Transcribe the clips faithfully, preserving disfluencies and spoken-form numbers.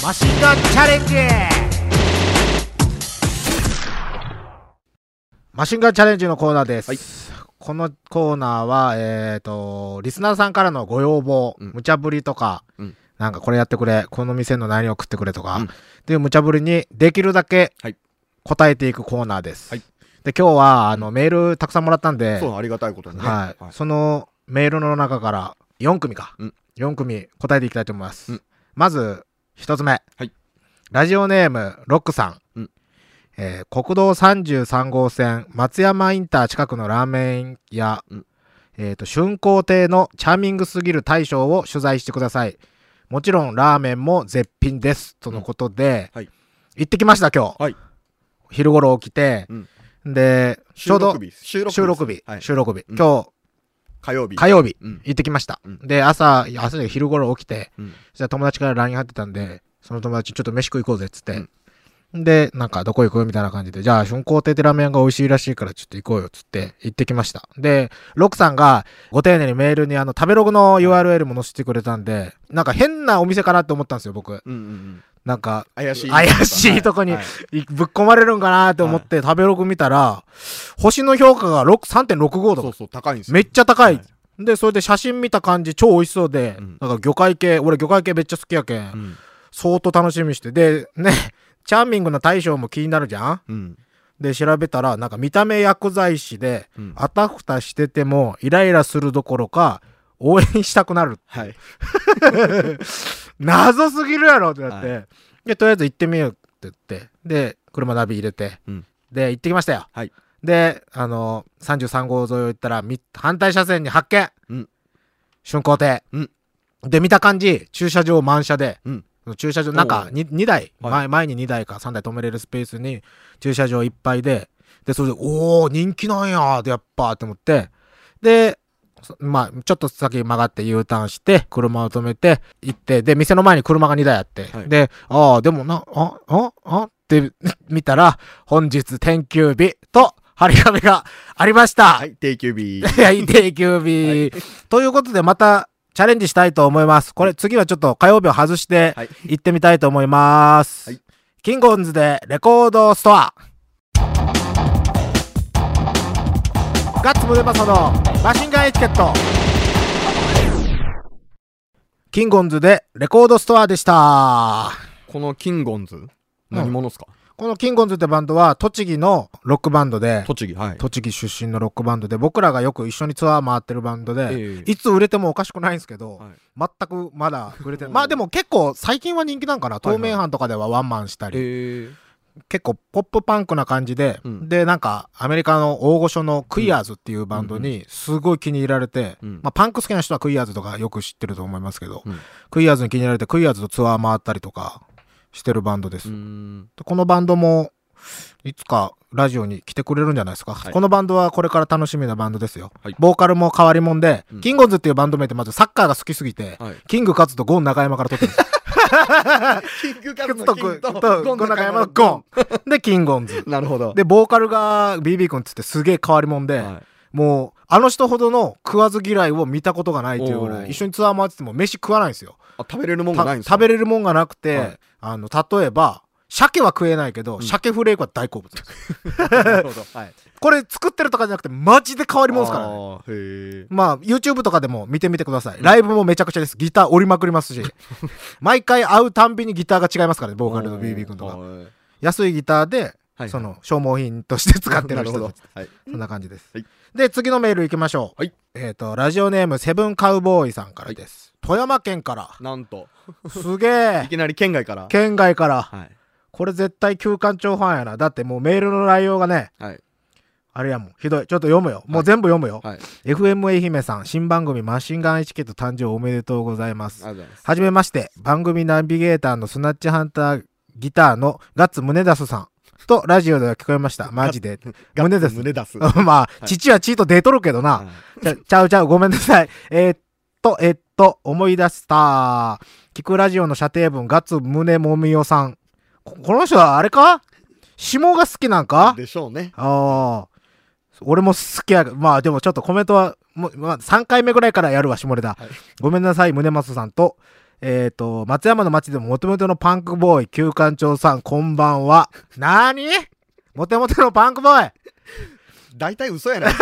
マシンガンチャレンジ。マシンガンチャレンジのコーナーです、はい、このコーナーはえーとリスナーさんからのご要望、うん、無茶ぶりとか、うん、なんかこれやってくれ、この店の何を食ってくれとか、うん、っていう無茶ぶりにできるだけ答えていくコーナーです、はい、で今日はあのメールたくさんもらったんで、 そうありがたいことにね、 はいはい、そのメールの中からよん組か、うん、よん組答えていきたいと思います、うん、まずひとつめ、はい、ラジオネームロックさん、うん、えー、国道さんじゅうさん号線松山インター近くのラーメン屋、うん、えーと春光亭のチャーミングすぎる大将を取材してください。もちろんラーメンも絶品ですとのことで、うん、はい、行ってきました今日、はい、昼頃起きて、うん、でちょうど収録日収録日、はい、収録日、うん、今日火曜日火曜日、うん、行ってきました、うん、で朝朝で昼頃起きて、うん、じゃあ友達から ライン 入ってたんで、その友達ちょっと飯食い行こうぜっつって、うん、でなんかどこ行くみたいな感じで、じゃあ春光亭ってラーメン屋が美味しいらしいからちょっと行こうよっつって行ってきました。でロックさんがご丁寧にメールにあの食べログの ユーアールエル も載せてくれたんで、なんか変なお店かなって思ったんですよ僕、うんうんうん、なんか怪しい怪しいとこに、はい、ぶっ込まれるんかなって思って食べログ見たら星の評価が さんてんろくご とか、そうそう高いんですよ、めっちゃ高い、はい、でそれで写真見た感じ超美味しそうで、うん、なんか魚介系、俺魚介系めっちゃ好きやけん、うん、相当楽しみにして、でねチャーミングな大将も気になるじゃん、うん、で調べたらなんか見た目薬剤師で、うん、あたふたしててもイライラするどころか応援したくなる、はい、謎すぎるやろってなって、はい、でとりあえず行ってみようって言ってで車ナビ入れて、うん、で行ってきましたよ、はい、であのさんじゅうさん号沿いを行ったら反対車線に発見、うん、春光亭、うん、で見た感じ駐車場満車で、うん、駐車場中 2, にだい、はい、前, 前ににだいかさんだい止めれるスペースに駐車場いっぱいで、でそれでおお人気なんやでやっぱって思って、でまあちょっと先曲がって U ターンして車を止めて行って、で店の前に車がにだいあって、はい、でああでもなあああって見たら本日定休日と張り紙がありました。 はい、定休日はい定休日、はい、ということでまたチャレンジしたいと思います。これ次はちょっと火曜日を外して行ってみたいと思います、はい、キングオンズでレコードストア。ガッツムデパソのマシンガンエチケット。キングオンズでレコードストアでした。 このキングオンズ何者ですか、うん、 このキングオンズってバンドは栃木のロックバンドで、 栃木、はい、 栃木出身のロックバンドで、僕らがよく一緒にツアー回ってるバンドで、えー、いつ売れてもおかしくないんですけど、はい、全くまだ売れてないまあでも結構最近は人気なんかな、透明版とかではワンマンしたり、はいはい、えー、結構ポップパンクな感じで、うん、でなんかアメリカの大御所のクイアーズっていうバンドにすごい気に入られて、うん、まあ、パンク好きな人はクイアーズとかよく知ってると思いますけど、うん、クイアーズに気に入られてクイアーズとツアー回ったりとかしてるバンドです。うーん、でこのバンドもいつかラジオに来てくれるんじゃないですか、はい、このバンドはこれから楽しみなバンドですよ、はい、ボーカルも変わり者で、うん、キングオンズっていうバンド名ってまずサッカーが好きすぎて、はい、キングカツとゴン中山から取ってるんですキングカツとキンとゴン中山のゴンでキングオンズなるほど。 でボーカルが ビービー 君っつってすげえ変わり者で、はい、もうあの人ほどの食わず嫌いを見たことがないというぐらい、一緒にツアー回ってても飯食わないんですよ。 あ、食べれるもんがないんですか。 食べれるもんがなくて、はい、あの例えば鮭は食えないけど、うん、鮭フレークは大好物ですなるほど、はい、これ作ってるとかじゃなくてマジで変わりもんですからね。あ、へ、まあ YouTube とかでも見てみてください。ライブもめちゃくちゃです。ギター折りまくりますし毎回会うたんびにギターが違いますからね、ボーカルの ビービー 君とか。安いギターで、はい、その消耗品として使ってる人たち、はい、そんな感じです、はい、で次のメールいきましょう、はい、えーとラジオネームセブンカウボーイさんからです、はい、富山県から。 なんとすげえいきなり県外から県外から、はい、これ絶対旧館長ファンやな。だってもうメールの内容がね、はい、あれやもん、ひどい。ちょっと読むよ、もう全部読むよ、はい、エフエム 愛媛さん、新番組マシンガンエチケット誕生おめでとうございます。はじめまして、番組ナビゲーターのスナッチハンターギターのガッツムネダスさんとラジオでは聞こえました。マジでムネダスムネダスまあ、はい、父はチート出とるけどな、はい、ちゃちゃうちゃうごめんなさい。えー、っとえー、っと思い出した。聞くラジオの射程文ガッツムネモミオさん、この人はあれか、下が好きなんかでしょうね。 ああ、俺も好きや。まあでもちょっとコメントはもう、まあ、さんかいめぐらいからやるわ、下ネタ、はい、ごめんなさい、宗松さんとえっ、ー、と、松山の町でもモテモテのパンクボーイ、旧館長さん、こんばんは。なーにモテモテのパンクボーイ大体嘘やな。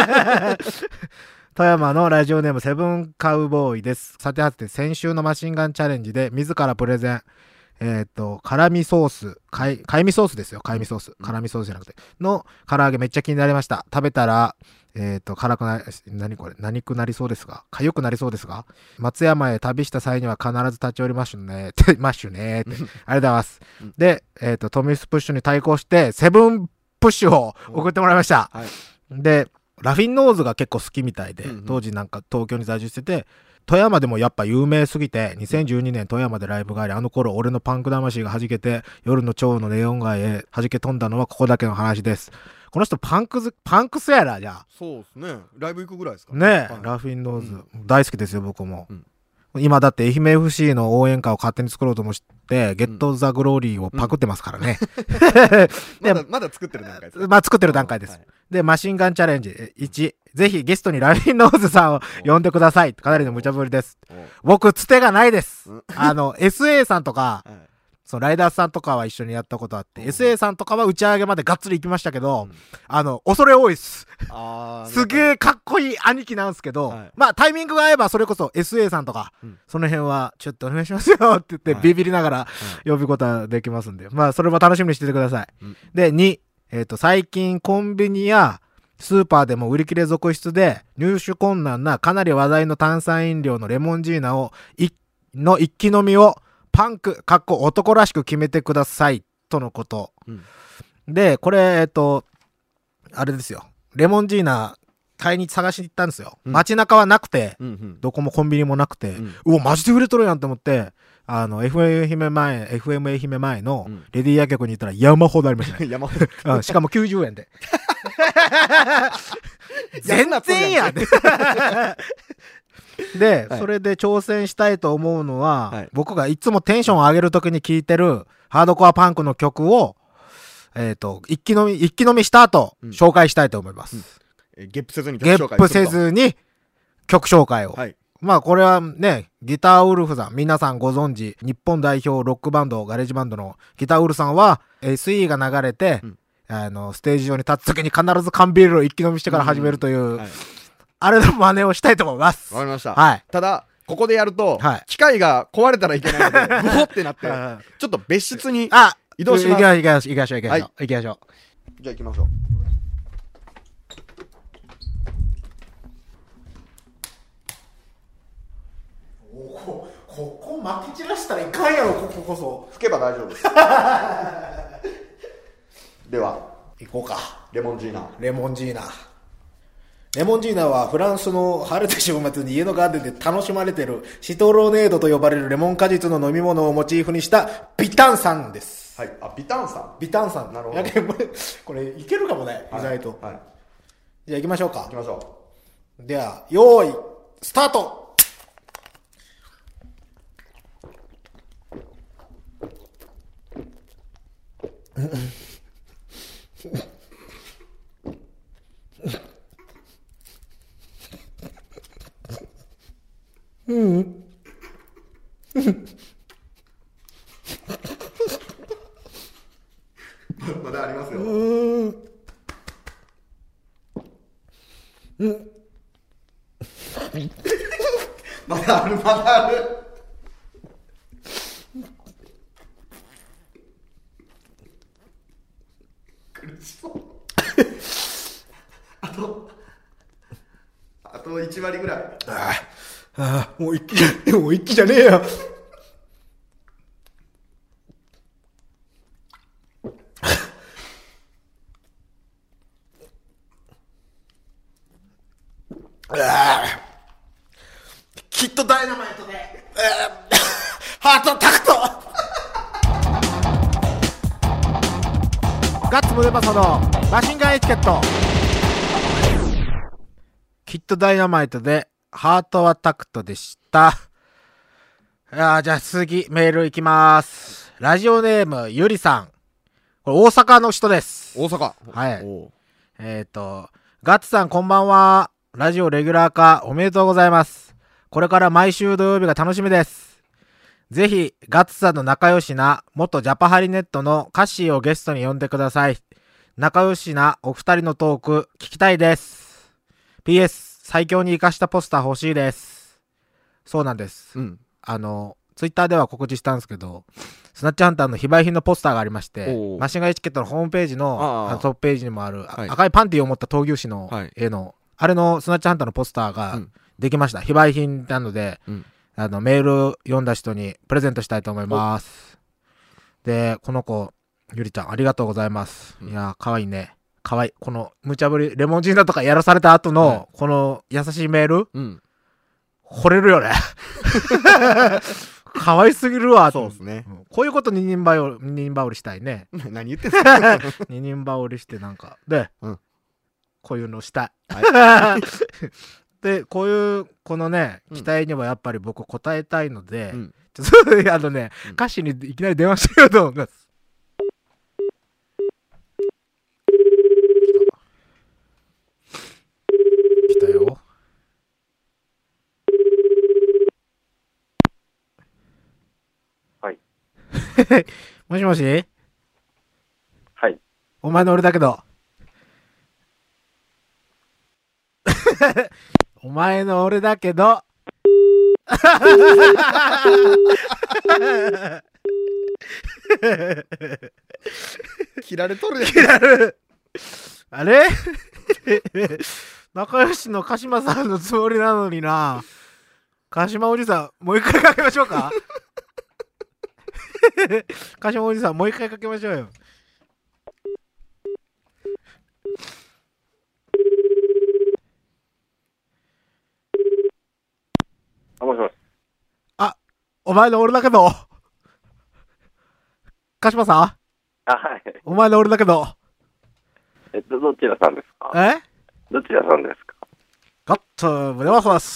富山のラジオネームセブンカウボーイです。さてはて、先週のマシンガンチャレンジで自らプレゼン、えっ、ー、と、辛味ソース、かい、かいみソースですよ、かいみソース。辛味ソースじゃなくて。の唐揚げめっちゃ気になりました。食べたら、えっ、ー、と、辛くなり、何これ、何くなりそうですが、かゆくなりそうですが、松山へ旅した際には必ず立ち寄りましゅね、って、マッシュね、って。ありがとうございます。で、えっ、ー、と、トミスプッシュに対抗して、セブンプッシュを送ってもらいました。はい、で、ラフィンノーズが結構好きみたいで、うんうん、当時なんか東京に在住してて、富山でもやっぱ有名すぎて、にせんじゅうにねん富山でライブがあり、あの頃俺のパンク魂が弾けて、夜の蝶のネオン街へ弾け飛んだのはここだけの話です。この人パンクズ、パンクスやら、じゃあ。 そうですね。ライブ行くぐらいですかね。ねえ、はい、ラフィンノーズ、うん、大好きですよ、僕も。うん、今だって愛媛 エフシー の応援歌を勝手に作ろうともして、ゲットザグローリーをパクってますからね。 まだ、まだ作ってる段階です。 まあ作ってる段階です。はい、で、マシンガンチャレンジいち。ぜひゲストにラフィンノーズさんを呼んでください。かなりの無茶ぶりです。僕、つてがないです。あの、エスエー さんとか、はい、そのライダースさんとかは一緒にやったことあって、エスエー さんとかは打ち上げまでがっつり行きましたけど、うん、あの、恐れ多いっす。すげえかっこいい兄貴なんですけど、はい、まあタイミングが合えばそれこそ エスエー さんとか、うん、その辺はちょっとお願いしますよって言って、はい、ビビりながら呼ぶことはできますんで、まあそれも楽しみにしててください。うん、で、に、えっと、最近コンビニやスーパーでも売り切れ続出で入手困難なかなり話題の炭酸飲料のレモンジーナをいの一気飲みをパンク、かっこ男らしく決めてくださいとのこと、うん、でこれえっとあれですよ、レモンジーナ買いに探しに行ったんですよ、うん、街中はなくて、うんうん、どこもコンビニもなくて、うん、うわマジで売れとるやんと思って、あの エフエム 愛媛前 エフエム 愛媛前のレディー薬局に行ったら山ほどありましたね、山ほどしかもきゅうじゅうえんで全然やでで、はい、それで挑戦したいと思うのは、はい、僕がいつもテンションを上げるときに聴いてるハードコアパンクの曲を、えっと、一気飲み、一気飲みした後、うん、紹介したいと思います。うんえー、ゲップせずに曲紹介ゲップせずに曲紹介を。はい、まあこれはね、ギターウルフさん、皆さんご存知、日本代表ロックバンド、ガレージバンドのギターウルフさんは、エスイー が流れて、うん、あの、ステージ上に立つときに必ず缶ビールを一気飲みしてから始めるという、うんはい、あれの真似をしたいと思います。 わかりました。 はい。 ただ、ここでやると、はい、機械が壊れたらいけないので、ブホってなって、ちょっと別室に移動します。 行きましょう、行きましょう、行きましょう。行きましょう。 じゃあ行きましょう。 ここまき散らしたらいかんやろ、こここそ。 吹けば大丈夫です。では、 行こうか。 レモンジーナ。 レモンジーナ。レモンジーナはフランスの晴れた週末に家のガーデンで楽しまれているシトロネードと呼ばれるレモン果実の飲み物をモチーフにしたビタン酸です。 はい。あ、ビタン酸。 ビタン酸。 なるほど。 やけこれ、これいけるかもね、意外と。はい。じゃあ行きましょうか。 行きましょう。では、用意、スタートうんまだありますよ。 うんうんまだあるまだある。苦しそう。あとあといち割ぐらい。 ああ、ああもう一気じゃもう一気じゃねえよ。きっとダイナマイトで、ハートタクトガッツムデパソのマシンガンエチケット。きっとダイナマイトでハートはタクトでした。あじゃあ次メールいきます。ラジオネームゆりさん、これ大阪の人です。 大阪。 はい。えっとガッツさんこんばんは。ラジオレギュラー化おめでとうございます。これから毎週土曜日が楽しみです。 ぜひガッツさんの仲良しな元ジャパハリネットのカッシーをゲストに呼んでください。仲良しなお二人のトーク聞きたいです。 ピーエス 最強に生かしたポスター欲しいです。そうなんです、うん、あのツイッターでは告知したんですけど、スナッチハンターの非売品のポスターがありまして、マシンガンエチケットのホームページのトップページにもある、はい、赤いパンティを持った闘牛士の絵の、はい、あれのスナッチハンターのポスターができました、うん、非売品なので、うん、あのメール読んだ人にプレゼントしたいと思います。でこの子ゆりちゃんありがとうございます、うん、いやーかわいいね、かわいい。この無茶ぶりレモンジーナとかやらされた後の、はい、この優しいメール、うん、惚れるよね可愛すぎるわ。 そうですね、 うん、こういうこと二人羽織二人羽織したいね何言ってんすか二人羽織してなんかで、うん、こういうのしたい、はい、でこういうこのね期待にはやっぱり僕答えたいので、うん、ちょっとあのね、うん、歌詞にいきなり電話してようと思います。来たよ。もしもし。 はい。 お前の俺だけどお前の俺だけど切られとるやん。 切られるあれ仲良しの鹿島さんのつもりなのにな。鹿島おじさんもう一回かけましょうか鹿島おじさんもう一回かけましょうよ。 あ、もしもし。 あ、お前の俺だけど鹿島さん。あ、 はい。 お前の俺だけど。 えっとどちらさんですか。 えどちらさんですか。 ガッツムネマスです。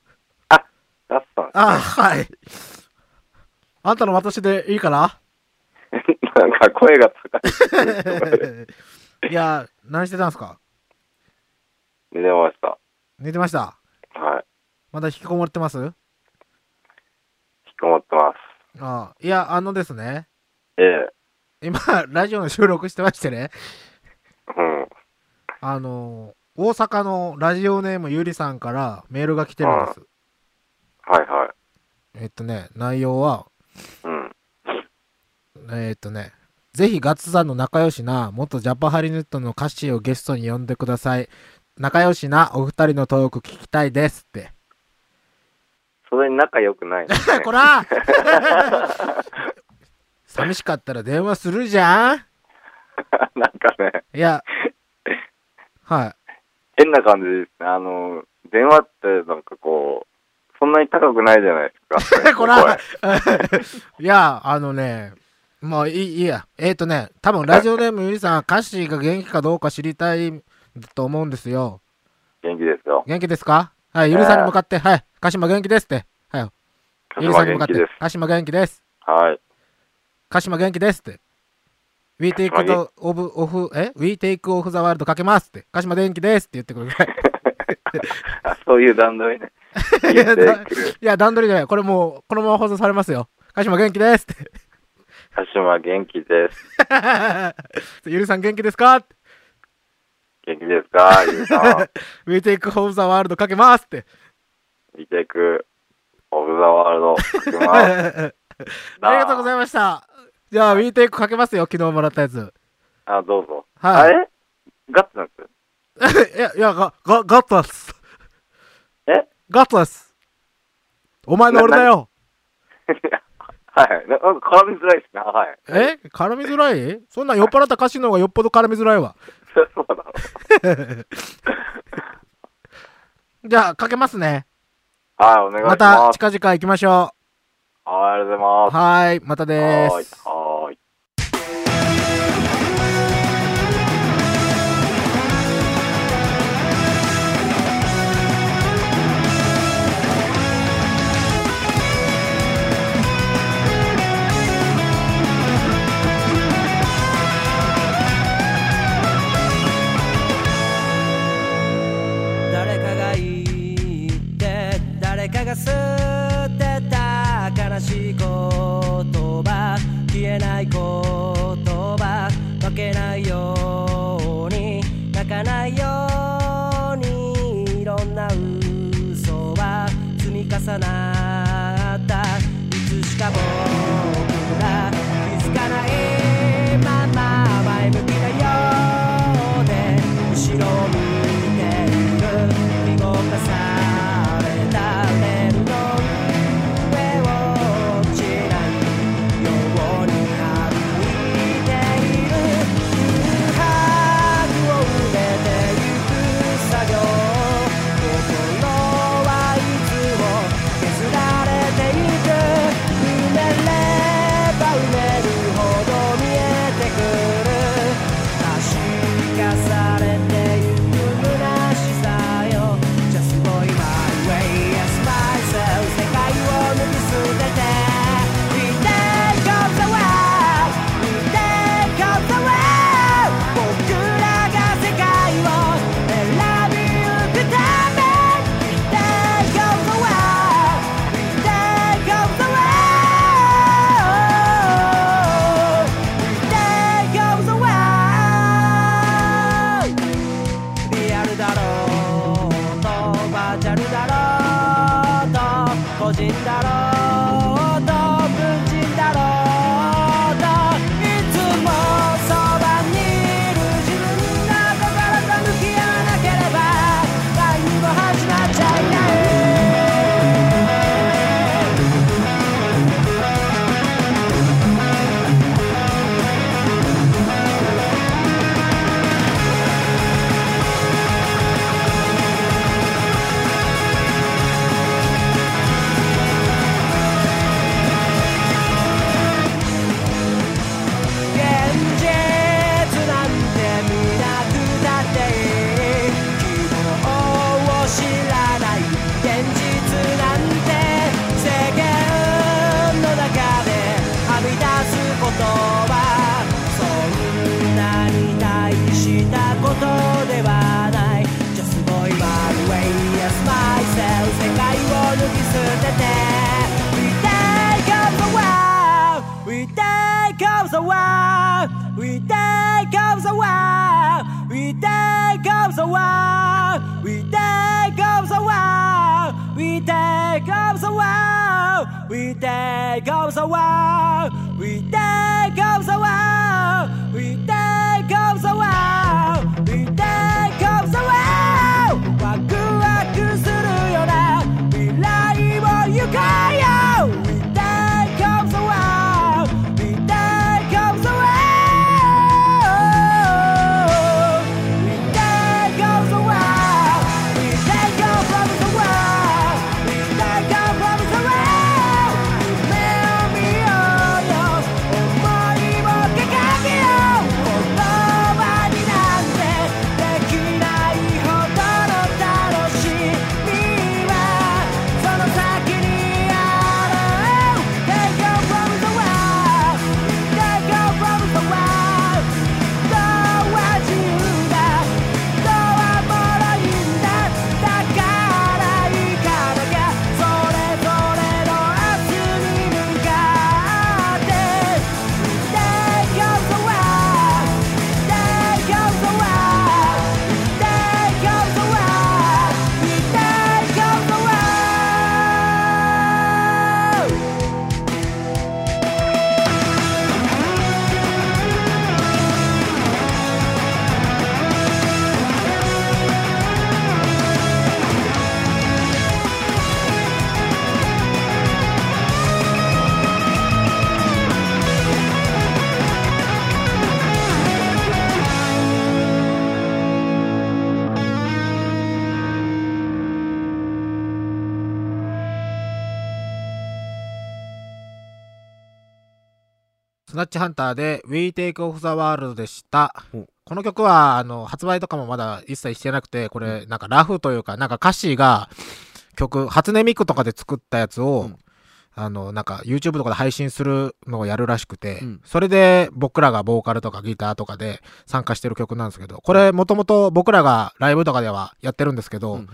あ、ガッツさん。 あ、はい。あんたの私でいいかななんか声が高い。いや、何してたんすか。 寝てました。 寝てました。 はい。 まだ引きこもってます。引きこもってます。 ああ、いや、あのですね。 ええ。 今、ラジオの収録してましてね。 うん。 あの、大阪のラジオネームゆりさんからメールが来てるんです。 はいはい。 えっとね、内容は、 うん。 えっとね、ぜひガッツさんの仲良しな元ジャパハリネットの歌詞をゲストに呼んでください。仲良しなお二人のトーク聞きたいですって。 それに仲良くないの、ね、 こら寂しかったら電話するじゃんなんかね、 いや、はい。 変な感じですね。あの、電話ってなんかこう、そんなに高くないじゃないですか。 こらいや、あのね、もういい、いいや。えっ、ー、とね、多分ラジオネームゆりさん、歌詞が元気かどうか知りたいと思うんですよ。 元気ですよ。 元気ですか。はい、ゆりさんに向かって、はい、鹿島元気ですって。はい。ゆりさんに向かって、鹿島元気です。 はい。 鹿島元気ですって。We take the of, of, え ?We take off the world かけますって。鹿島元気ですって言ってください。 そういう段取りね。 いや、いや段取りじゃない。これもう、このまま放送されますよ。鹿島元気ですって。 鹿島元気です。 ゆりさん元気ですか。 元気ですかゆりさん。 We take off the world かけますって。 We take off the world かけます。 ありがとうございました。じゃあ、We take かけますよ。昨日もらったやつ。 あ、どうぞ。 はい。 あれガッツなんですいや、いや、ガ、ガ、ガッツです。 えガッツです。お前の俺だよ。 はい。なんか絡みづらいですね。はい。 え絡みづらい。そんな酔っ払った歌詞の方がよっぽど絡みづらいわ。 そうだろう。 じゃあ、かけますね。 はい、お願いします。 また近々行きましょう。はい、ありがとうございます。 はい、またです。 はい。 誰かが言って誰かが吸ってた悲悲しい言葉消えない言葉負けないように泣かないようにいろんな嘘は積み重なったいつしか僕ら気づかないまま前向きなようで後ろを見ている動かされたレールの上を落ちないように歩いている空白を埋めてゆく作業心はいつも削られていく埋めれば埋めるほど見えてくる可視化されてゆく虚しさよ Just boy my way as myself 世界を脱ぎ捨てて We take off the world We take off the world 僕らが世界を選びゆくため We take off the world We take off the world We take off the world リアルだろうとバーチャルだろうと個人だろうと文人だろうといつもそばにいる自分が心と向き合わなければ何にも始まっちゃいない現実なんて見なくたっていい希望を知らない現実なんて世間の中ではみ出すことはそんなに大したことではない Just boy my way as myself 世界を脱ぎ捨てて We take off the world We take off the world We take off the world We take off the world We take off the world We take off the world We take off the world We take off the world We take off the world We take off the world ワクワクするような未来を行こうよ We take off the world We take off the world We take off the world We take off from the world We take off from the world 夢を見ようよ思いを掲げよう言葉になんてできないほどの楽しみはその先にある Take off from the world Take off from the world 人は自由だ人は脆いんだだから行かなきゃそれぞれの明日に向かって Take off the world Take off the world Take off the world We take off the world スナッチハンターで We Take Off the World でした。この曲はあの発売とかもまだ一切してなくて、これなんかラフというか、なんか歌詞が曲、初音ミクとかで作ったやつを、うん、あのなんか YouTube とかで配信するのをやるらしくて、うん、それで僕らがボーカルとかギターとかで参加してる曲なんですけど、これもともと僕らがライブとかではやってるんですけど、うんうん、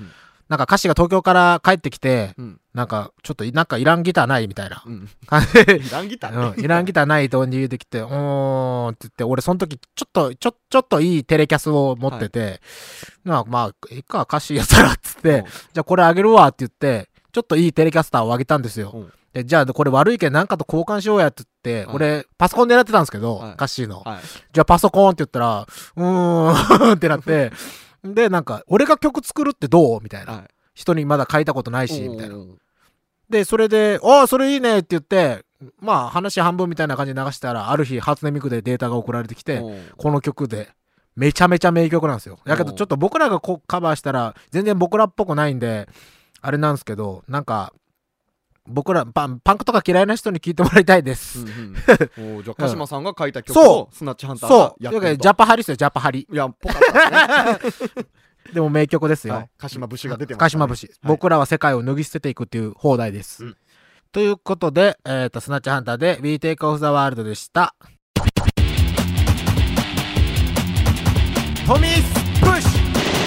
なんか歌詞が東京から帰ってきて、うん、なんかちょっとなんかいらんギターないみたいな感じで、 うん、いらんギター、 うん、いらんギターないと言うてきて、おーって言って、俺その時ちょっとちょちょっといいテレキャスを持ってて、はい、まあまあいいか歌詞やったらっつって、うん、じゃあこれあげるわって言ってちょっといいテレキャスターをあげたんですよ。うん、でじゃあこれ悪いけんなんかと交換しようやって言って、はい、俺パソコンでやってたんですけど、はい、歌詞の、はい、じゃあパソコンって言ったらうーんってなってでなんか俺が曲作るってどうみたいな、はい、人にまだ書いたことないしみたいな。でそれで「ああそれいいね」って言ってまあ話半分みたいな感じで流したら、ある日初音ミクでデータが送られてきて、この曲でめちゃめちゃ名曲なんですよ。だけどちょっと僕らがこカバーしたら全然僕らっぽくないんであれなんですけど、なんか僕らパン、パンクとか嫌いな人に聞いてもらいたいです。うんうん、おじゃあ鹿島さんが書いた曲をスナッチハンターがやってると。 そうジャパハリっすよ、ジャパハリ。 いやぽかったですね。 でも名曲ですよ。はい、 鹿島節が出てます、ね。 鹿島節、はい、僕らは世界を脱ぎ捨てていくっていう放題です。うん、ということで、えーと、スナッチハンターで We Take Off the World でした。トミスプッシ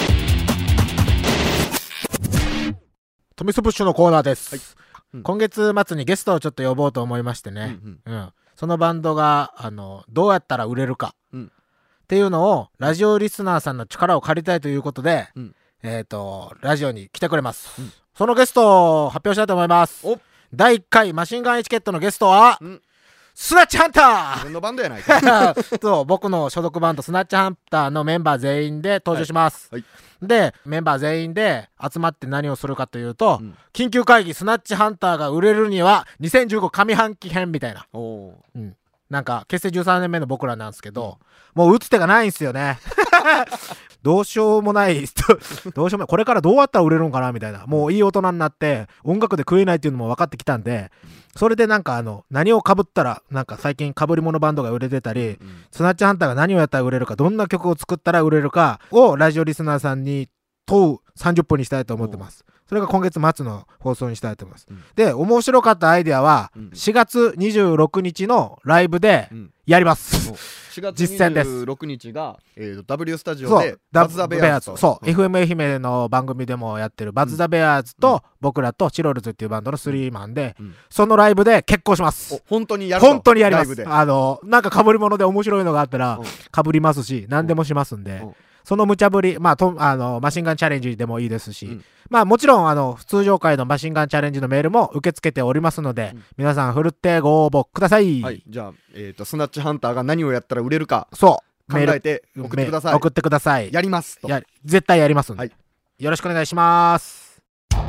ュトミスプッシュのコーナーです。はい、うん、今月末にゲストをちょっと呼ぼうと思いましてね。うんうんうん、そのバンドがあのどうやったら売れるか。うんっていうのをラジオリスナーさんの力を借りたいということで、うん、えっ、ー、とラジオに来てくれます、うん、そのゲストを発表したいと思います。だいいっかいマシンガンエチケットのゲストは、うん、スナッチハンター。 自分のバンドやないか。 そう僕の所属バンドスナッチハンターのメンバー全員で登場します、はいはい、でメンバー全員で集まって何をするかというと、うん、緊急会議スナッチハンターが売れるにはにせんじゅうご上半期編みたいな。お、うん、なんか結成じゅうさんねんめの僕らなんですけど、うん、もう打つ手がないんすよね。どうしようもないどうしようもないこれからどうやったら売れるのかなみたいな、もういい大人になって音楽で食えないっていうのも分かってきたんで、それでなんかあの何をかぶったらなんか最近かぶり物バンドが売れてたり、うん、スナッチハンターが何をやったら売れるか、どんな曲を作ったら売れるかをラジオリスナーさんに問うさんじゅっぷんにしたいと思ってます。それが今月末の放送にしたいと思います、うん、で面白かったアイデアはしがつにじゅうろくにちのライブでやります、うん、 しがつにじゅうろくにちが、えー、ダブリュー スタジオでバズ・ザ・ベアーズ、 そう、うん、エフエム 愛媛の番組でもやってるバズ・ザ・ベアーズと僕らとチロルズっていうバンドのスリーマンで、うん、そのライブで決行します。 本当にやるの？ 本当にやります。あのなんか被り物で面白いのがあったら被りますし、何でもしますんで、その無茶ぶり、まあ、とあのマシンガンチャレンジでもいいですし、うん、まあもちろんあの通常回のマシンガンチャレンジのメールも受け付けておりますので、うん、皆さんふるってご応募ください。 はい、じゃあ、えーと、スナッチハンターが何をやったら売れるか、 そう考えて送ってください。 送ってください。 やりますと。 や絶対やりますんで、はい、よろしくお願いします。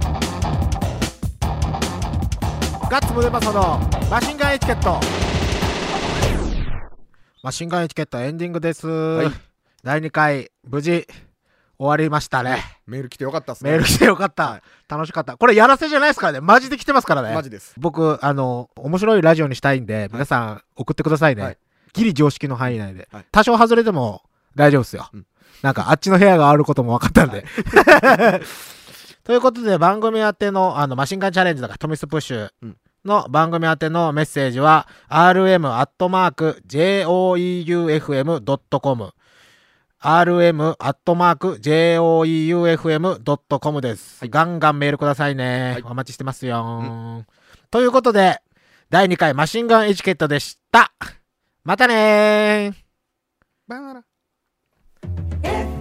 ガッツムデパソのマシンガンエチケット。マシンガンエチケットエンディングです。はい、だいにかい無事終わりましたね。 メール来てよかったっすね。 メール来てよかった、はい、楽しかった。これやらせじゃないですからね、マジで来てますからね。 マジです。 僕あの面白いラジオにしたいんで、はい、皆さん送ってくださいね、はい、ギリ常識の範囲内で、はい、多少外れても大丈夫ですよ、うん、なんかあっちの部屋があることも分かったんで、はい、ということで番組宛てのあのマシンガンチャレンジだからトミスプッシュの番組宛てのメッセージは アールエム アットマーク ジェイオーイーユーエフエム ドットコムアールエム アットマーク ジェイオーイーユーエフエム ドットコム です、はい、ガンガンメールくださいね、はい、お待ちしてますよ、うん、ということでだいにかいマシンガンエチケットでした。またねー。バイバイ。